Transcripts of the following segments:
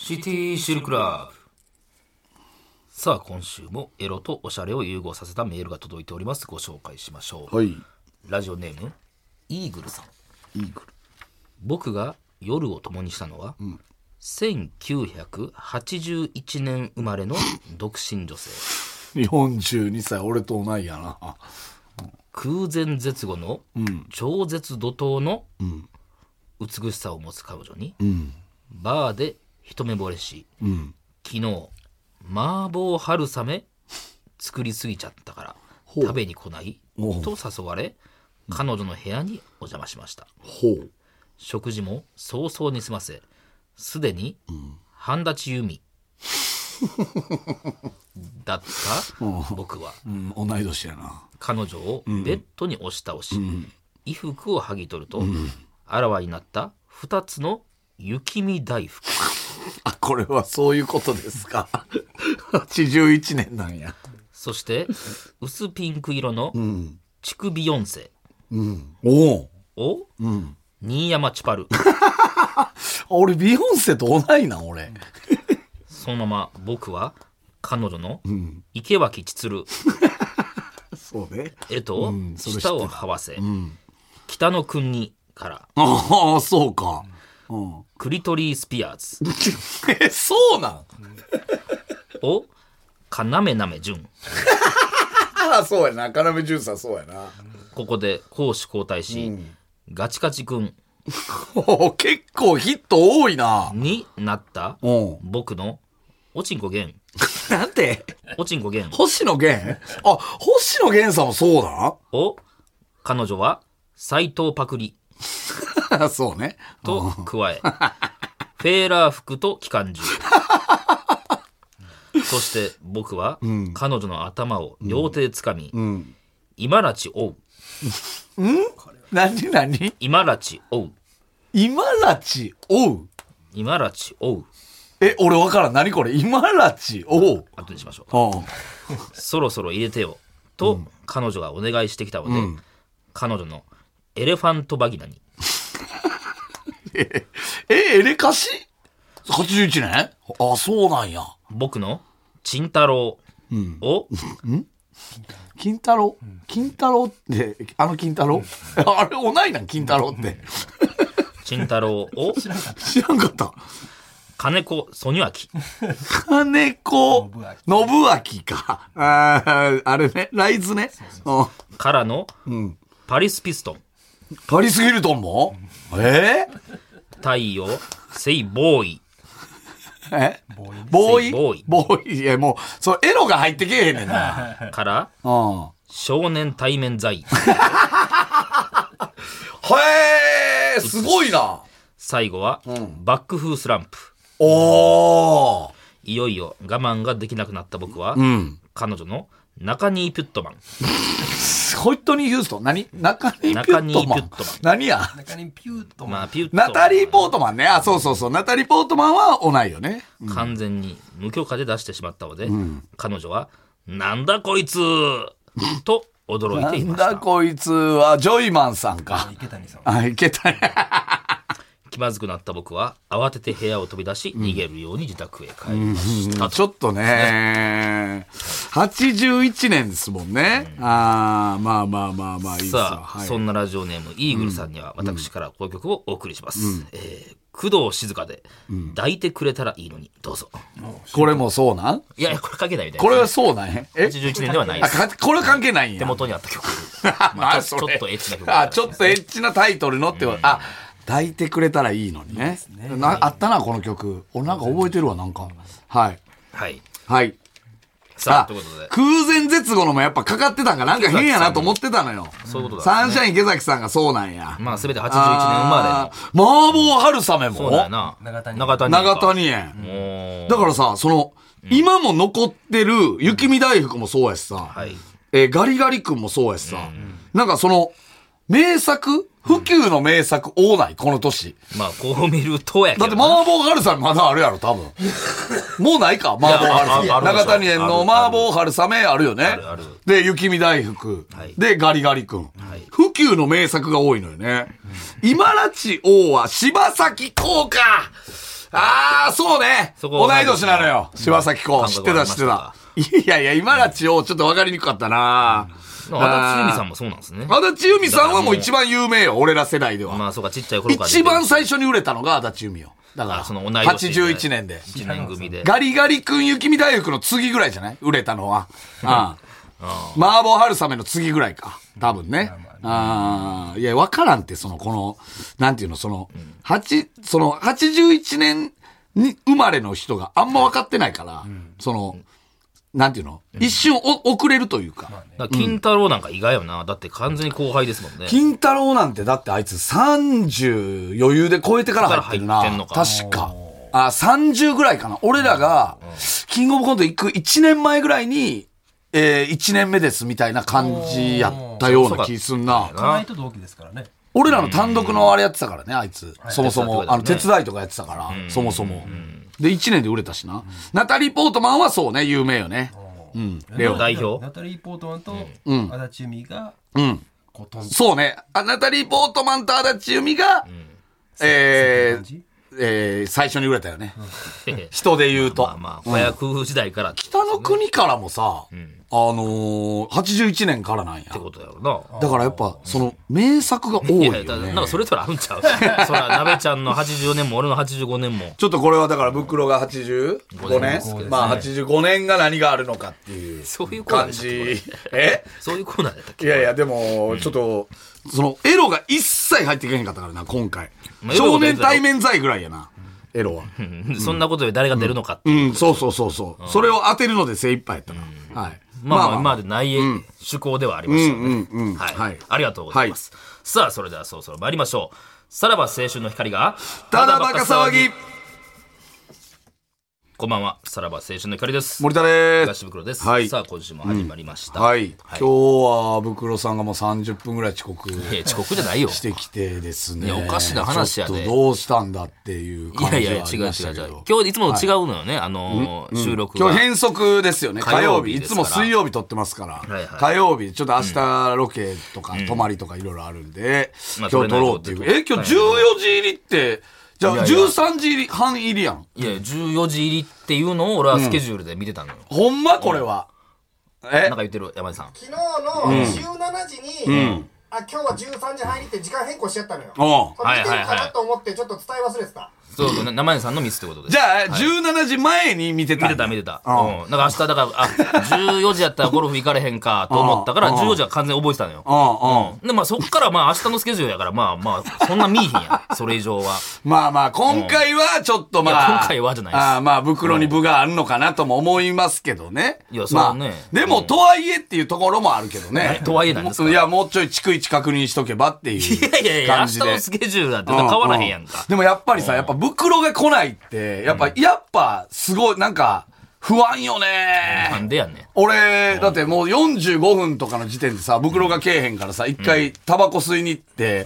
シティシルクラブ。さあ今週もエロとおしゃれを融合させたメールが届いております。ご紹介しましょう。 はい。 ラジオネームイーグルさん。 イーグル。 僕が夜を共にしたのは、1981年生まれの独身女性。 42歳、俺と同いやな。 空前絶後の超絶怒涛の美しさを持つ彼女に、バーで一目惚れし、昨日麻婆春雨作りすぎちゃったから食べに来ないと誘われ、彼女の部屋にお邪魔しました。 ほう。 食事も早々に済ませ、すでに半立由美だった僕は、 同い年やな。 彼女をベッドに押し倒し、衣服を剥ぎ取ると、あらわになった2つの雪見大福。 あ、これはそういうことですか。81年なんや。 そして薄ピンク色の乳首ビヨンセおを新山チュパル。 俺ビヨンセと同いな、俺。 そのまま僕は彼女の池脇千鶴そうね。 へと舌を這わせ、北野くんにからああ、そうか。 クリトリースピアーズそうなんをかなめなめ順。 ああ、そうやな。要潤さんそうやな。 ここで攻守交代し、ガチガチくん結構ヒット多いな。 になった僕のおちんこ源。 なんておちんこ源星野源。あ、星野源さんもそうだを彼女は斎藤パクリな。そうね。 と加え、フェーラー服と機関銃。そして僕は彼女の頭を両手で掴み、今拉致追う。 何今拉致追う。 今拉致追う。 今拉致追う。 俺わからん。何これ。今拉致追う。 後にしましょう。そろそろ入れてよと彼女がお願いしてきたので、彼女のエレファントバギナにエレカシ ?81 年？あ、そうなんや。 僕のチンタロウを、 金太郎金太郎って、金太郎あれ、同いなん、金太郎って。 チンタロウを知らんかった。 金子ソニュアキ。 金子信明か。あれね、ライズね。 からのパリスピストン。 パリス・ヒルトンも太陽セイボーイ。 ボーイボーイボーイ。いや、もう、そう、エロが入ってけえへんねんな。 から少年対面罪。 へえ、すごいな。 最後はバックフースランプ。 おー。 いよいよ我慢ができなくなった僕は、彼女の中ニー・ピュットマン。 ホイットニー・ヒューストン。何中ニー・ピュットマン。何や中にピューと、 まあ、ピュットマンナタリー・ポートマンね。あ、そうそうそう。ナタリー・ポートマンは同いよね。 完全に無許可で出してしまったので、彼女はなんだこいつと驚いていました。 なんだこいつはジョイマンさんか。 池谷さん。 あ、池谷。 気まずくなった僕は慌てて部屋を飛び出し、逃げるように自宅へ帰りましたちょっとね、81年ですもんね。まあいいですさあ、 はい、 そんなラジオネームイーグルさんには私からこの曲をお送りします。工藤静香で抱いてくれたらいいのに、どうぞ。 これもそうなん？ いやこれ関係ないみたいな。 これはそうなんや。 81年ではないです。 これは関係ないんや。 手元にあった曲。 まあ、 ちょっとエッチな曲。 ちょっとエッチなタイトルのってこと。抱いてくれたらいいのにね。あったな、この曲。俺なんか覚えてるわ、なんか。はい。 はい。さあ、ということで。 空前絶後のもやっぱかかってたんかなんか変やなと思ってたのよ。 そういうことだ。 サンシャイン池崎さんがそうなんや。 まあ、すべて81年生まれの。麻婆春雨もそうだよな。 長谷園。だからさ、今も残ってる雪見大福もそうやしさ、ガリガリ君もそうやしさ、なんか名作普及の名作多ないこの年。 まあ、こう見るとやけど。 だって麻婆春雨まだあるやろ、多分。もうないか麻婆春雨。長谷園の麻婆春雨あるよね。で、雪見大福。で、ガリガリ君。普及の名作が多いのよね。今拉致王は柴咲コウか。 ああ、そうね。 そこ同い年なのよ。柴咲コウ。知ってた、知ってた。いやいや、今らちをちょっと分かりにくかったな。 足立由美さんもそうなんですね。 足立由美さんはもう一番有名よ、俺ら世代では。 まあそうか、ちっちゃい頃から。 一番最初に売れたのが足立由美よ。だから、 その同い年 81年で。 1年組で。 ガリガリ君雪見大福の次ぐらいじゃない売れたのは。麻婆春雨の次ぐらいか。多分ね。いや、わからんって、この、なんていうの、81年に生まれの人があんま分かってないから、なんていうの、一瞬遅れるというか。 金太郎なんか意外よな。だって完全に後輩ですもんね。 金太郎なんてだってあいつ30余裕で超えてから入ってるな。確か。30ぐらいかな。俺らが、キングオブコント行く1年前ぐらいに、1年目ですみたいな感じやったような気すんな。 河合と同期ですからね。 俺らの単独のあれやってたからね、あいつ。そもそも。手伝いとかやってたから、そもそも。で、1年で売れたしな。ナタリー・ポートマンはそうね、有名よね。 レオ代表。 ナタリー・ポートマンと足立由美が、 そうね。ナタリー・ポートマンと足立由美が、最初に売れたよね。人で言うと。 まあ、子役時代から。 北の国からもさ、81年からなんや。 ってことだよな。 だからやっぱ、名作が多いよね。 なんかそれぞれあるんちゃうそら、鍋ちゃんの80年も俺の85年も。 ちょっとこれはだから、袋が85年まあ、85年が何があるのかっていう感じ。 そういうコーナーだったっけ？ いやいや、でも、ちょっと、エロが一切入ってけへんかったからな、今回。少年対面罪ぐらいやな、エロは。 そんなことで誰が出るのかっていう。 そう。それを当てるので精一杯やったな。はい。 まあ、今までない趣向ではありましたよね。はい。ありがとうございます。さあ、それではそろそろ参りましょう。さらば青春の光が、 ただバカ騒ぎ。 こんばんは、さらば青春の光です。 森田です。 東袋です。さあ、今週も始まりました。 はい。今日は、袋さんがもう30分ぐらい遅刻。 遅刻じゃないよ。 してきてですね。 いや、おかしな話やで。 ちょっとどうしたんだっていう感じはありましたけど。 違う。今日いつもと違うのよね、収録が。 今日変則ですよね。火曜日。いつも水曜日撮ってますから。火曜日、ちょっと明日ロケとか泊まりとかいろいろあるんで、今日撮ろうっていう。今日14時入りって、じゃあ13時半入りやん。 いや、14時入りっていうのを俺はスケジュールで見てたのよ。 ほんまこれは。 なんか言ってる、山根さん。 昨日の17時に、今日は13時入りって時間変更しちゃったのよ。見てるかなと思ってちょっと伝え忘れてた。 そう、生根さんのミスってことです。 じゃあ、17時前に見てた。 見てた。だから明日、14時やったらゴルフ行かれへんかと思ったから、14時は完全に覚えてたのよ。で、まあそっからまあ明日のスケジュールやから、まあ、そんな見えへんやん。それ以上は。 まあ、今回はちょっと今回はじゃないです。 まあ、袋に部があるのかなとも思いますけどね。 いや、そうね。 でも、とはいえっていうところもあるけどね。 とはいえなんですか？ いや、もうちょい逐一確認しとけばっていう感じで。 いや、明日のスケジュールだって変わらへんやんか。 でもやっぱりさ、やっぱ袋が来ないって、やっぱ、すごい、なんか、不安よね。 なんでやねん。 俺、だってもう45分とかの時点でさ、袋がけえへんからさ、一回タバコ吸いに行って、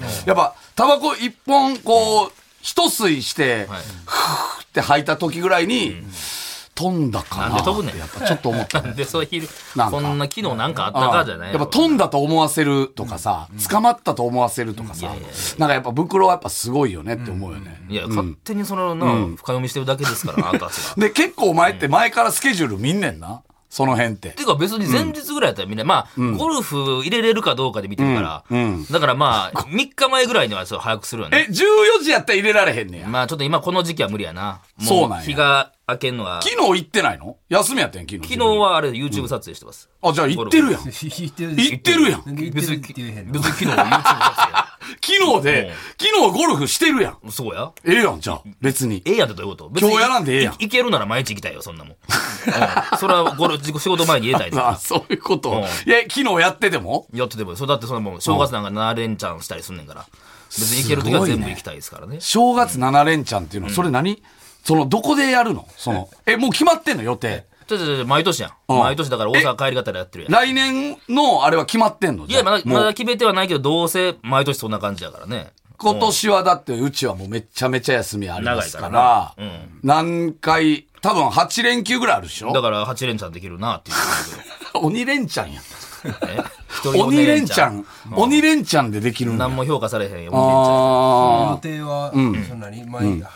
やっぱ、タバコ一本、こう、一吸いして、ふーって吐いた時ぐらいに、飛んだかな。 なんで飛ぶねん。 やっぱちょっと思った。 なんでそういう、こんな機能なんかあったかじゃない。 やっぱ飛んだと思わせるとかさ、捕まったと思わせるとかさ、なんかやっぱ袋はやっぱすごいよねって思うよね。 いや、勝手に深読みしてるだけですから、あんたたちが。 で、結構前って前からスケジュール見んねんな。その辺って。 てか別に前日ぐらいやったらみんな、まあ、ゴルフ入れれるかどうかで見てるから、だからまあ、3日前ぐらいには早くするよね。 14時やったら入れられへんねや。 まあちょっと今この時期は無理やな。 そうなんや。 日が明けんのは。 昨日行ってないの？休みやったん昨日。 昨日はあれ YouTube 撮影してます。 じゃあ行ってるやん。 行ってるやん。 別に昨日 YouTube 撮影。 昨日ゴルフしてるやん。 そうや。 やん、じゃあ、別に。 やんってどういうこと？ 今日やらんでやん。 行けるなら毎日行きたいよ、そんなもん。それは仕事前に入れたいです。そういうこと。昨日やっててもやってても。だってそのもう、正月なんか7連チャンしたりすんねんから。別に行けるときは全部行きたいですからね。 正月7連チャンっていうの、それ何？どこでやるの？もう決まってんの予定。 毎年やん。毎年だから大阪帰り方でやってるやん。 来年のあれは決まってんの？ いや、まだ決めてはないけど、どうせ毎年そんな感じやからね。 今年はだってうちはもうめちゃめちゃ休みありますから、何回、多分8連休ぐらいあるでしょ？ だから8連チャンできるなっていう。 鬼連チャンやん。鬼連チャン。鬼連チャンでできるんだ。 何も評価されへんよ。 予定は、そんなに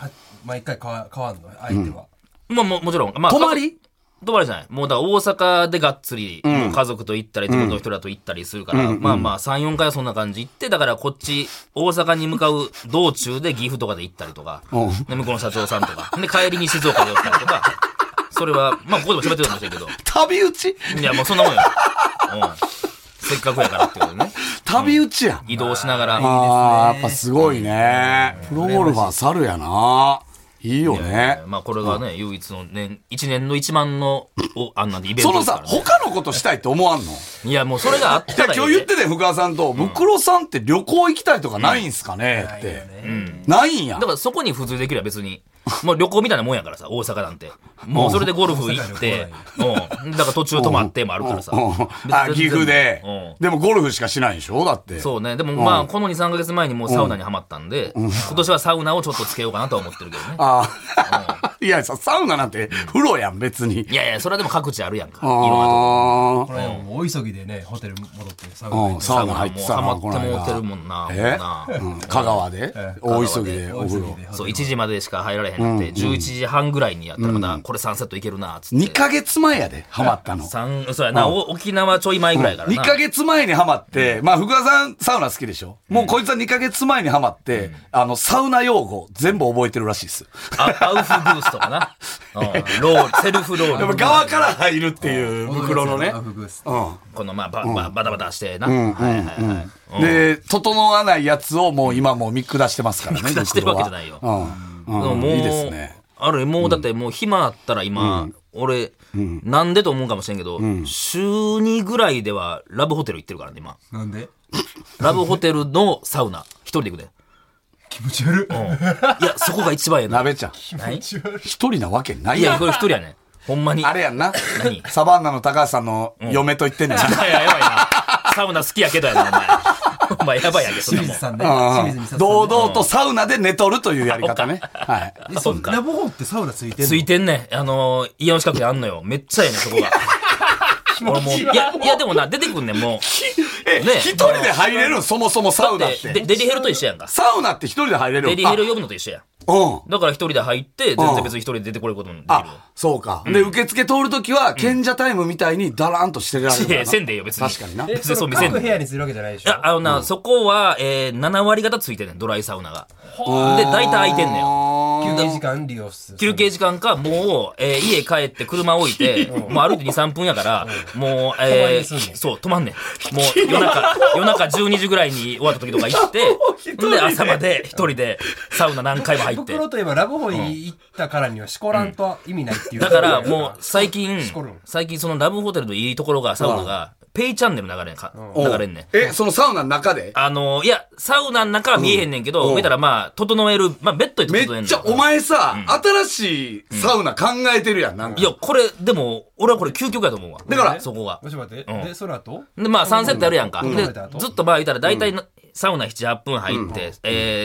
毎回変わんの相手は。 もちろん。まあ、 泊まり泊まりじゃない。もうだから大阪でがっつり、もう家族と行ったり、地元の人らと行ったりするから、まあまあ3、4回はそんな感じ行って、だからこっち、大阪に向かう道中で岐阜とかで行ったりとか、で向こうの社長さんとか、で帰りに静岡で寄ったりとか、それは、まあここでも喋ってるかもしれんけど。 旅打ちいやもうそんなもんよ。せっかくやからってことね。 旅打ちやん。 移動しながら。 ああ、やっぱすごいね。プロゴルファー猿やな。いいよね。 まあこれがね、唯一の1年の1万の、あんなんでイベントそのですからね。 さ、他のことしたいって思わんの？ いやもうそれがあったらいい、ね。 今日言ってて、福川さんと、ブクロさんって旅行行きたいとかないんすかねって。ないんや。 だからそこに付随できれば別に、もう旅行みたいなもんやからさ、大阪なんて。もうそれでゴルフ行って、だから途中泊まってもあるからさ。 あ、岐阜で。でもゴルフしかしないでしょだって。 そうね。でもまあ、この2、3ヶ月前にもうサウナにはまったんで、今年はサウナをちょっとつけようかなとは思ってるけどね。 いや、サウナなんて風呂やん、別に。 いやいや、それはでも各地あるやんか。いろんなとこ。これもう大急ぎでね、ホテル戻ってサウナ入ってさ、 ハマってもうてるもんな。 香川で大急ぎでお風呂。 そう、1時までしか入られへんって、11時半ぐらいにやったらまだ、これ3セットいけるな、つって。 2ヶ月前やで、ハマったの。 そうやな、沖縄ちょい前ぐらいからな。 2ヶ月前にハマって、まあ、福田さんサウナ好きでしょ？もうこいつは2ヶ月前にハマって、サウナ用語全部覚えてるらしいです。 アウフブースとかな。セルフロール。 やっぱ側から入るっていう袋のね。 このまあバタバタしてな。 で、整わないやつをもう今もう見下してますからね。 見下してるわけじゃないよ。もう、いいですね。ある、もうだってもう暇あったら今、俺、なんでと思うかもしれんけど、週2ぐらいではラブホテル行ってるからね、今。 なんで？ ラブホテルのサウナ、一人で行くで。 気持ち悪い。 いや、そこが一番ええな。 鍋ちゃん。一人なわけないやん。 いや、これ一人やね。ほんまに。 あれやんな。サバンナの高橋さんの嫁と言ってんねんな。 いや、やばいな。サウナ好きやけどやな、お前。お前やばいやけど、 清水さんね。 堂々とサウナで寝とるというやり方ね。はい。 ラブホってサウナついてんの？ ついてんね。家の近くにあんのよ。めっちゃええね、そこが。俺もう、いや、でもな、出てくんねん、もう。 一人で入れるそもそもサウナって。 デリヘルと一緒やんか。 サウナって一人で入れる。 デリヘル呼ぶのと一緒やん。だから一人で入って、全然別に一人で出てこれることもできるよ。 そうか。で、受付通るときは、賢者タイムみたいにダラーンとしてられる。 いや、せんでいいよ、別に。 確かにな。 別に各部屋にするわけじゃないでしょ。 いや、そこは、7割方ついてんねん、ドライサウナが。で、大体空いてんねよ。 休憩時間利用する。 休憩時間か、もう、家帰って車置いて、もう歩いて2、3分やから、もう、そう、止まんねん。もう、夜中12時ぐらいに終わった時とか行って、で、朝まで一人でサウナ何回も入って。 袋といえばラブホに行ったからにはしこらんと意味ないっていう。 だからもう、最近そのラブホテルのいいところが、サウナが、ペイチャンネル流れんねん。 そのサウナの中でいや、サウナの中は見えへんねんけど、見たらまあ、整える、まあ、ベッドで整えるの。 めっちゃ、お前さ、新しいサウナ考えてるやん、なんか。 いや、これ、でも、俺はこれ究極やと思うわ。 だから、 そこが。 もし待って。で、その後で、まあ、3セットやるやんか。で、ずっとまあ、言ったら、大体、サウナ7、8分入って、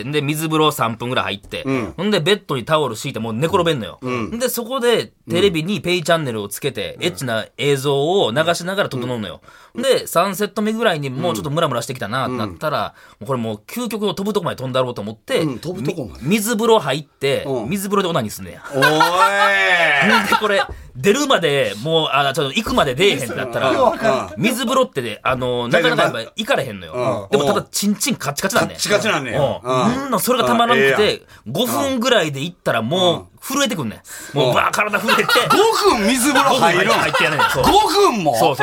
で、水風呂3分ぐらい入って、ほんで、ベッドにタオル敷いてもう寝転べんのよ。で、そこで、テレビにペイチャンネルをつけて、エッチな映像を流しながら整うのよ。で、3セット目ぐらいにもうちょっとムラムラしてきたなってなったら、これもう究極の飛ぶとこまで飛んだろうと思って、水風呂入って、水風呂でオナニーすんねや。 おーいで、これ、出るまで、もう、ちょっと行くまで出えへんってなったら、水風呂ってね、なかなかやっぱ行かれへんのよ。でもただ、チンチンカチカチなんね。 カチカチなんね。 それがたまらなくて、5分ぐらいで行ったらもう、震えてくんねん。もう、体震えて。 5分水風呂入る入ってやねん。5 分もそう。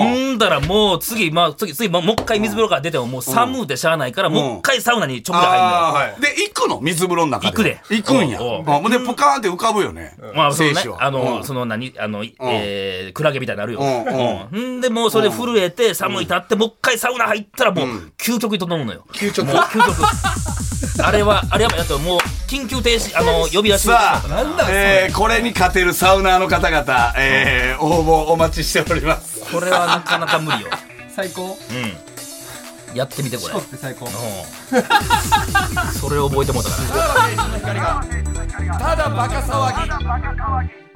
んだらもう、次、もう一回水風呂から出ても、もう寒うてしゃあないから、もう一回サウナにちょっと入るの。 で、行くの水風呂の中で。 行くで。 行くんや。で、ポカーンって浮かぶよね。 まあ、そうね。クラゲみたいになるよ。んで、もうそれで震えて、寒いたって、もう一回サウナ入ったら、もう、究極に整うのよ。 究極。 あれは、やっともう、緊急停止、呼び出し。 さあ、これに勝てるサウナーの方々、応募お待ちしております。 これはなかなか無理よ。 最高？ やってみて、これ。 四国って最高。 それを覚えてもらったから。 ただバカ騒ぎ。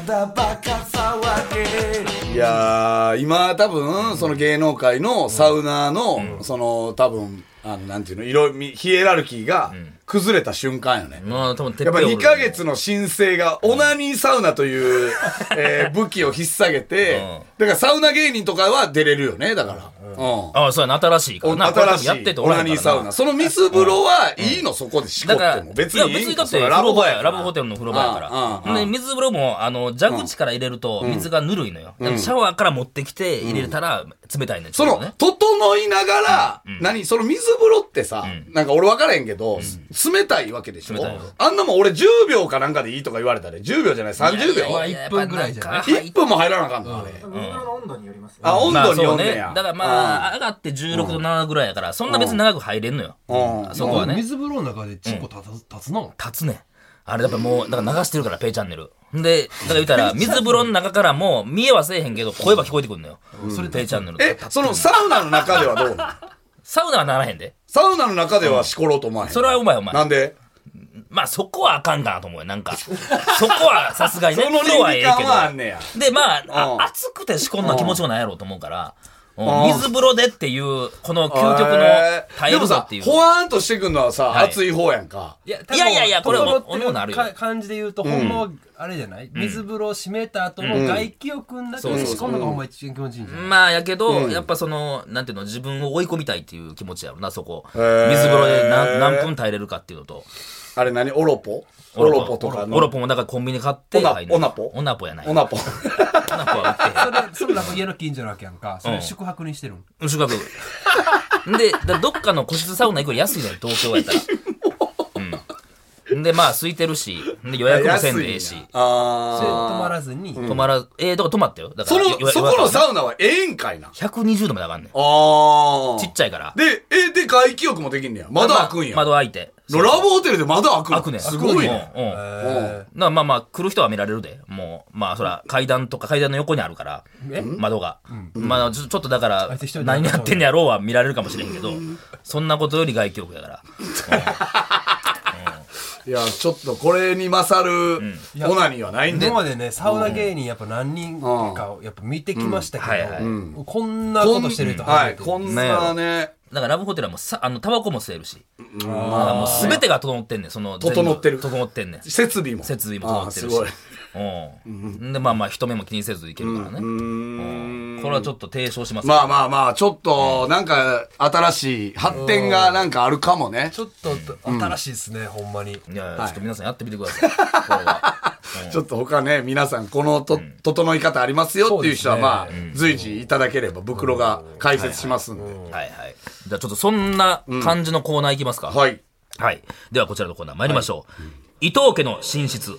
だバカ騒げ。いやー、今多分、その芸能界のサウナーの、その多分、なんていうの、ヒエラルキーが崩れた瞬間よね。 まあ、多分やっぱ2ヶ月の申請がオナニーサウナという、武器を引っ提げて、だからサウナ芸人とかは出れるよね、だから。 ああ、そうやな、新しいからな。 新しいやっててオナニーサウナ。その水風呂はいいの、そこでしこっても。別に。 別にだって風呂場や、ラブホテルの風呂場やから。で、水風呂も、蛇口から入れると水がぬるいのよ。シャワーから持ってきて入れたら冷たいね。 その、整いながら、その水風呂ってさ、なんか俺分からへんけど、冷たいわけでしょ。あんなもん俺10秒かなんかでいいとか言われたら、10秒じゃない、30秒。 1分ぐらいじゃない ?1 分も入らなあかんのあれ。 水風呂の温度によりますね。 あ、温度によんねや。 だからまあ、上がって16度7ぐらいやから、そんな別に長く入れんのよ。そこはね。 水風呂の中でチンコ立つの？ 立つね。あれやっぱもう、だから流してるから、ペイチャンネル。で、だから言ったら、水風呂の中からも見えはせえへんけど、声は聞こえてくるのよ。それペイチャンネル。 そのサウナの中ではどうなの？ サウナはならへんで。 サウナの中ではしころうと思わへん。 それはうまい。 なんで？ まあそこはあかんかなと思うよ。なんか。そこはさすがにね。 その倫理観はあんねや。 で、まあ、暑くて仕込んだ気持ちもないやろうと思うから、水風呂でっていう、この究極の耐えるぞっていう。 でもさ、ほわーんとしてくんのはさ、熱い方やんか。 いや、これはおのなるよ。 感じで言うと、ほんまは、あれじゃない水風呂閉めた後の外気浴の中で仕込むのがほんま一番気持ちいいんじゃない？ まあ、やけど、やっぱその、なんていうの、自分を追い込みたいっていう気持ちやろな、そこ。水風呂で何分耐えれるかっていうのと。 あれ何オロポとかの。 オロポもだからコンビニ買って。 オナポオナポやない。 オナポは売って。 それなんか家の近所なわけやんか。それ宿泊にしてるん？ 宿泊。で、どっかの個室サウナ行くより安いのよ、東京やったら。で、まあ、空いてるし、で予約もせんでええし。 それ止まらずに。 だから止まったよ。だかそらこのサウナはええんかいな。 120度まで上がんねん。ちっちゃいから。 で、外気浴もできんねや。窓開くんや。 窓開いて。 ラブホテルで窓開くの？ 開くねん。 すごいね。 まあ、来る人は見られるで。もう、まあ、そら、階段の横にあるから、窓が。まあ、ちょっとだから、何やってんやろうは見られるかもしれんけど、そんなことより外気浴やから。 いや、ちょっとこれに勝るオナニーはないんで。 今までね、サウナ芸人やっぱ何人かやっぱ見てきましたけど、こんなことしてる人初めて。 こんなね。 だからラブホテルはもうタバコも吸えるし。もう全てが整ってんねん。整ってんねん。 設備も整ってるし。で、まあ、人目も気にせずいけるからね。これはちょっと提唱します。 まあ、ちょっと、なんか、新しい発展がなんかあるかもね。 ちょっと、新しいですね、ほんまに。 いや、ちょっと皆さんやってみてください。これは。 ちょっと他ね、皆さん、この整い方ありますよっていう人は、まあ、随時いただければ、袋が解説しますんで。 はい。じゃあ、ちょっとそんな感じのコーナーいきますか。 はい。 では、こちらのコーナー参りましょう。伊藤家の寝室。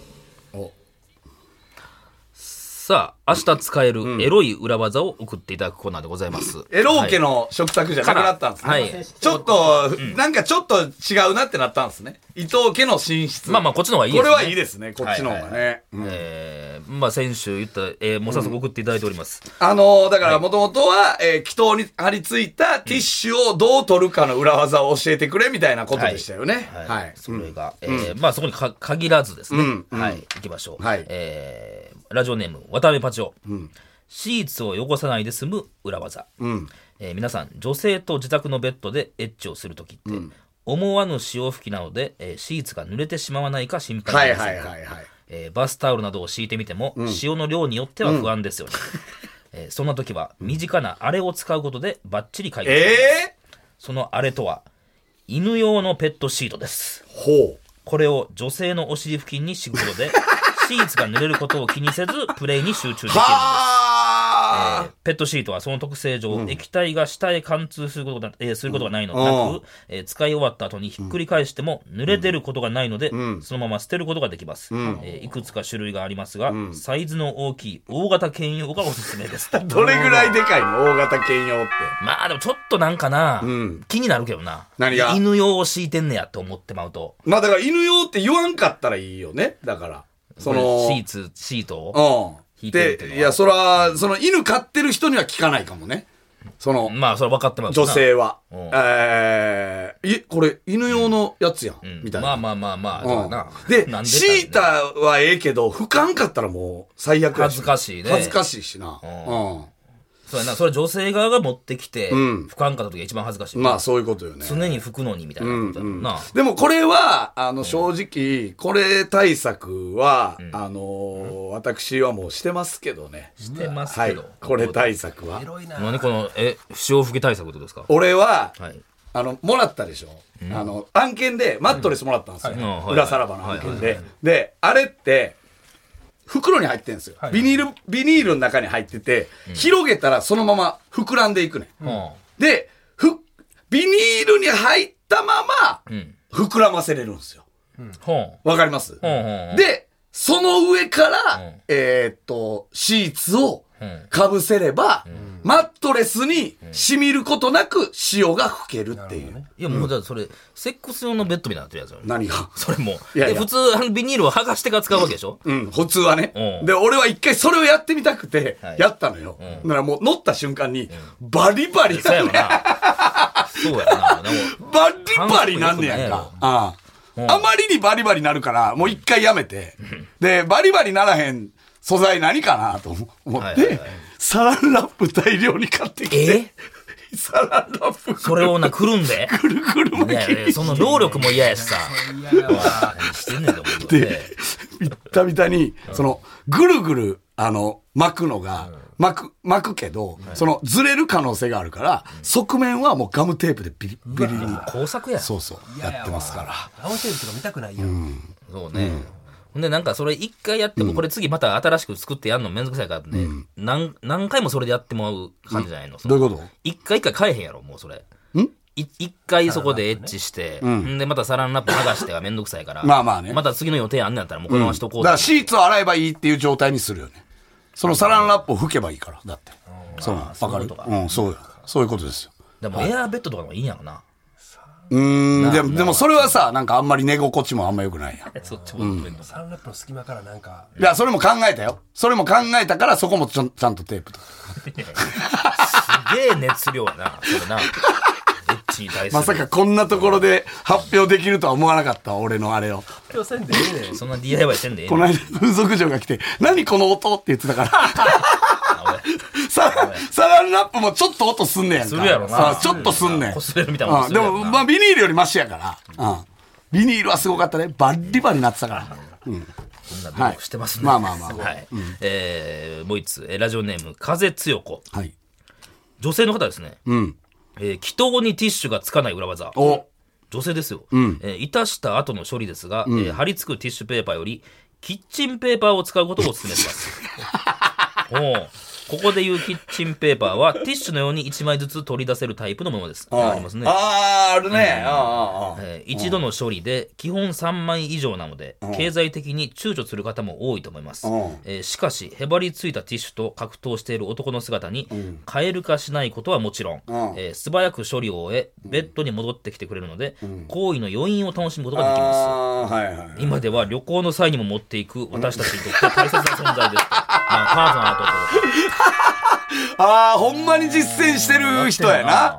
さあ、明日使えるエロい裏技を送っていただくコーナーでございます。 エロー家の食卓じゃなくなったんですね。ちょっと、なんかちょっと違うなってなったんですね。伊藤家の寝室。 まあ、こっちの方がいいですね。 これはいいですね、こっちの方がね。 まあ、先週言った、もう早速送っていただいております。 だからもともとは、気筒に貼り付いたティッシュをどう取るかの裏技を教えてくれみたいなことでしたよね。はい。 それが、まあ、そこに限らずですね。はい。行きましょう。ラジオネーム、渡辺パチオ。シーツを汚さないで済む裏技。皆さん、女性と自宅のベッドでエッチをするときって、思わぬ潮吹きなので、シーツが濡れてしまわないか心配になりませんか？バスタオルなどを敷いてみても、潮の量によっては不安ですよね。そんな時は、身近なあれを使うことでバッチリ解決できます。そのあれとは、犬用のペットシートです。これを女性のお尻付近に敷くことで、シーツが濡れることを気にせずプレイに集中できるのです。ペットシートはその特性上、液体が下へ貫通することがないのでなく、使い終わった後にひっくり返しても濡れ出ることがないので、そのまま捨てることができます。いくつか種類がありますが、サイズの大きい大型犬用がおすすめです。 どれぐらいでかいの？大型犬用って。 まあでもちょっとなんかな、気になるけどな。 何が？ 犬用を敷いてんねやって思ってまうと。 まあだから犬用って言わんかったらいいよね。だから。 シートを引いてるっていうのは。 いや、その犬飼ってる人には効かないかもね。 その、 まあ、それ分かってます女性は。 うんこれ犬用のやつやん、みたいな。 まあ、そうだな。 でなん、でシータはええけど、吹かんかったらもう最悪やし恥ずかしいね恥ずかしいしな。 そうやな、それ女性側が持ってきて、 ん吹かんかった時が一番恥ずかしい。 まあそういうことよね。 常に吹くのにみたいなことだもんな。 でもこれは、正直、これ対策は、私はもうしてますけどね。 してますはいけど。。 これ対策はエ。ロいな。 何この、不祥吹き対策ってことですか？ 俺は、 はい。 もらったでしょ、案件でマットレスもらったんですよ。 はい裏さらばの案件で。で、あれって、袋に入ってんですよ、 はいビニールの中に入ってて、広げたらそのまま膨らんでいくね、で、ビニールに入ったまま、膨らませれるんですよ。わかります、で、その上から、シーツをかぶせれば、マットレスに染みることなく塩が吹けるっていう。 いや、もうだってそれ、セックス用のベッドみたいになってるやつよ。 何がそれも。 いやいや普通、ビニールを剥がしてから使うわけでしょ？ 普通はね。で、俺は一回それをやってみたくて、やったのよ。だからもう乗った瞬間に、バリバリそうやなんねや。 ろな。そうやな。でもバリバリなんねやんか。あまりにバリバリなるから、もう一回やめて。で、バリバリならへん素材何かなと思って、サランラップ大量に買ってきて。サランラップそれをくるんで。 くるくる巻きいやいや、その労力も嫌やしさ。 嫌やわ。 何してんねんと思うで、ビッタビタに、ぐるぐる、巻くのが、巻くけど、ずれる可能性があるから、側面はもうガムテープでビリビリに。 工作や。 そうそう、やってますから。 ガムテープとか見たくないよ。 そうね。ほんで、それ一回やっても、これ次また新しく作ってやんのめんどくさいからね、何回もそれでやってもらう感じじゃないの？ どういうこと？ 一回変えへんやろ、もうそれ。一回そこでエッチして、で、またサランラップ剥がしてがめんどくさいから、 まあまあね。 また次の予定あんねやったらもうこのまましとこうだからシーツを洗えばいいっていう状態にするよね。そのサランラップを拭けばいいから、だって。わかる？そうよ。そういうことですよ。 でもエアーベッドとかでもいいんやろな。 でもそれはさ、なんかあんまり寝心地もあんま良くないやん。 そっちもサランラップの隙間からなんか。 いや、それも考えたよ。それも考えたから、そこもちゃんとテープと。 すげえ熱量やな、それな。エッチに対する。 まさかこんなところで発表できるとは思わなかったわ、俺のあれを。 今日せんでええねん。 そんな DIY せんでええこの間、風俗嬢が来て、何この音って言ってたから。サランラップもちょっと音すんねやんか。 するやろな。 ちょっとすんねん。 擦れるみたいな音するやろな。 でも、まあ、ビニールよりマシやから。ビニールはすごかったね。バリバリなってたから。 そんな努力してますね。 まあまあまあ。 はい。もう一つ、ラジオネーム、風強子。 はい。 女性の方ですね。祈祷にティッシュがつかない裏技。女性ですよ。いたした後の処理ですが、貼り付くティッシュペーパーより、キッチンペーパーを使うことをお勧めします。ここでいうキッチンペーパーはティッシュのように1枚ずつ取り出せるタイプのものです。ありますね。 あるね。 一度の処理で基本3枚以上なので、経済的に躊躇する方も多いと思います。しかし、へばりついたティッシュと格闘している男の姿に、蛙化しないことはもちろん、素早く処理を終え、ベッドに戻ってきてくれるので、行為の余韻を楽しむことができます。今では旅行の際にも持っていく私たちにとって大切な存在です。パートナーとほんまに実践してる人やな。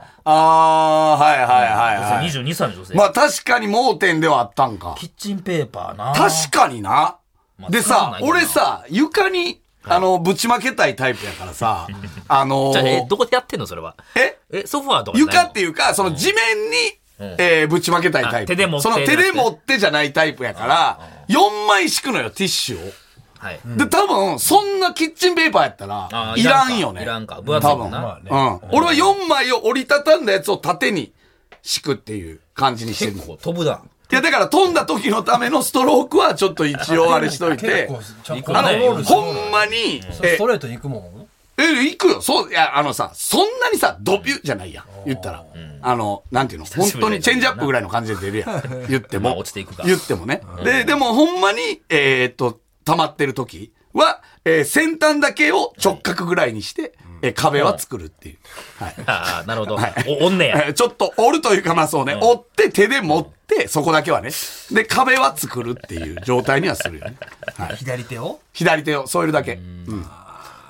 22歳の女性。 まあ確かに盲点ではあったんか。 キッチンペーパーな。 確かにな。でさ、俺さ、床に、ぶちまけたいタイプやからさ、 じゃあ、どこでやってんのそれは。ソファーとか床っていうか、その地面に、ぶちまけたいタイプ。 手で持って。 その手で持ってじゃないタイプやから、4枚敷くのよ、ティッシュを。で、多分、そんなキッチンペーパーやったら、いらんよね。 いらんか。分厚いもんな。 俺は4枚を折りたたんだやつを縦に敷くっていう感じにしてるの。 結構飛ぶだ。 いや、だから飛んだ時のためのストロークはちょっと一応あれしといて、ほんまに、 ストレートに行くもん。 行くよ。そう、いや、そんなにさ、ドビュじゃないやん。言ったら。なんていうの本当にチェンジアップぐらいの感じで出るやん。言っても。 落ちていくか。 言ってもね。でもほんまに、溜まってる時は、先端だけを直角ぐらいにして、壁は作るっていう。はい。 ああ、なるほど。折んねや。 ちょっと折るというか、まあそうね、折って手で持って、そこだけはね。で、壁は作るっていう状態にはするよね。はい。 左手を、 添えるだけ。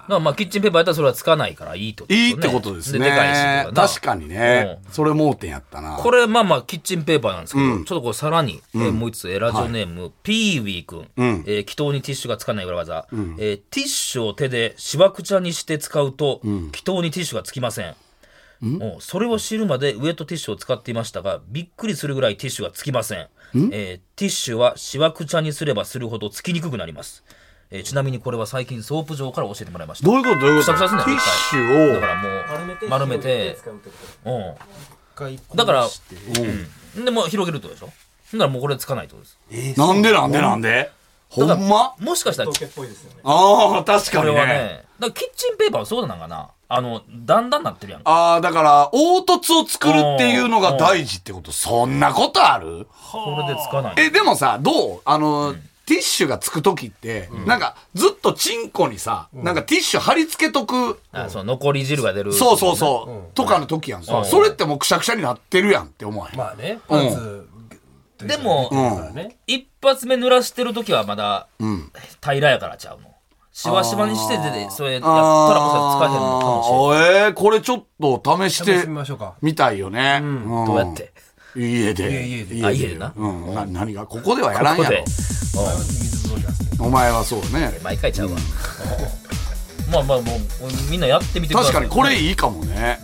らまあキッチンペーパーやったらそれはつかないからいいってことですよね。 いいってことですね。 でかいしとかな確かにね。それ盲点やったな。 これまあまあキッチンペーパーなんですけど、ちょっとこれさらに、もう一つ、ラジオネーム、ピーウィー君、気筒にティッシュがつかない裏技、ティッシュを手でしわくちゃにして使うと、気筒にティッシュがつきません。それを知るまでウエットティッシュを使っていましたが、びっくりするぐらいティッシュがつきません。ティッシュはしわくちゃにすればするほどつきにくくなります。ちなみにこれは最近ソープ場から教えてもらいました。 どういうことどういうこと？ くしゃくしゃすんだよティッシュをだからもう丸めて、だからでもう広げるってことでしょ。だからもうこれつかないってことです。 なんでほんまもしかしたらああ、確かこれにね。 はね、だからキッチンペーパーはそうなんかな、だんだんなってるやんか。 ああ、だから凹凸を作るっていうのが大事ってこと。そんなことある？ これでつかない。 でもさ、どうティッシュがつくときって、なんかずっとチンコにさ、なんかティッシュ貼り付けとく。 そう残り汁が出る。 そう、とかの時やんさ。それってもうくしゃくしゃになってるやんって思わへん。 まあね、パンツでも、一発目濡らしてる時はまだ平らやからちゃうの。しわしわにしてでそれやったらもしかしたら使えへんのかもしれない。 これちょっと試してみましょうか。 みたいよね。 どうやって？ 家で。 家でな。 何がここではやらんやろ。お前はそうね。 毎回ちゃうわ。まあもうみんなやってみてください。 確かにこれいいかもね。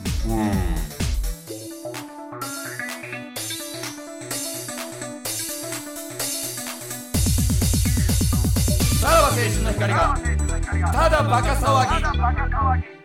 さらば青春の光がただバカ騒ぎ。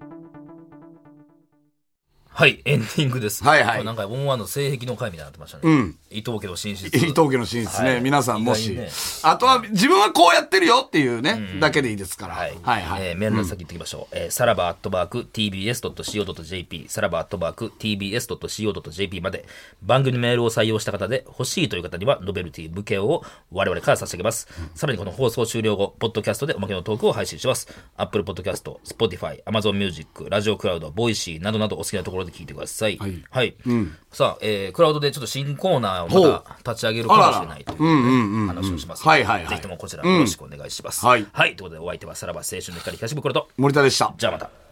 はい、エンディングです。 はいはい。 なんか思わぬ性癖の回みたいになってましたね。伊藤家の寝室。 伊藤家の寝室ね。皆さんもし、あとは自分はこうやってるよっていうね、だけでいいですから。はいはい。メールの先言ってきましょう。さらば@tbs.co.jp、さらば@tbs.co.jp まで番組メールを採用した方で欲しいという方にはノベルティ向けを我々から差し上げます。さらにこの放送終了後、ポッドキャストでおまけのトークを配信します。Apple Podcast、Spotify、Amazon Music、ラジオクラウド、ボイシーなどなどお好きなところで聞いてください。はい。さあ、クラウドでちょっと新コーナーをまた立ち上げるかもしれないという話をしますので、ぜひともこちらよろしくお願いします。はい。ということでお相手はさらば青春の光東袋と森田でした。 じゃあまた。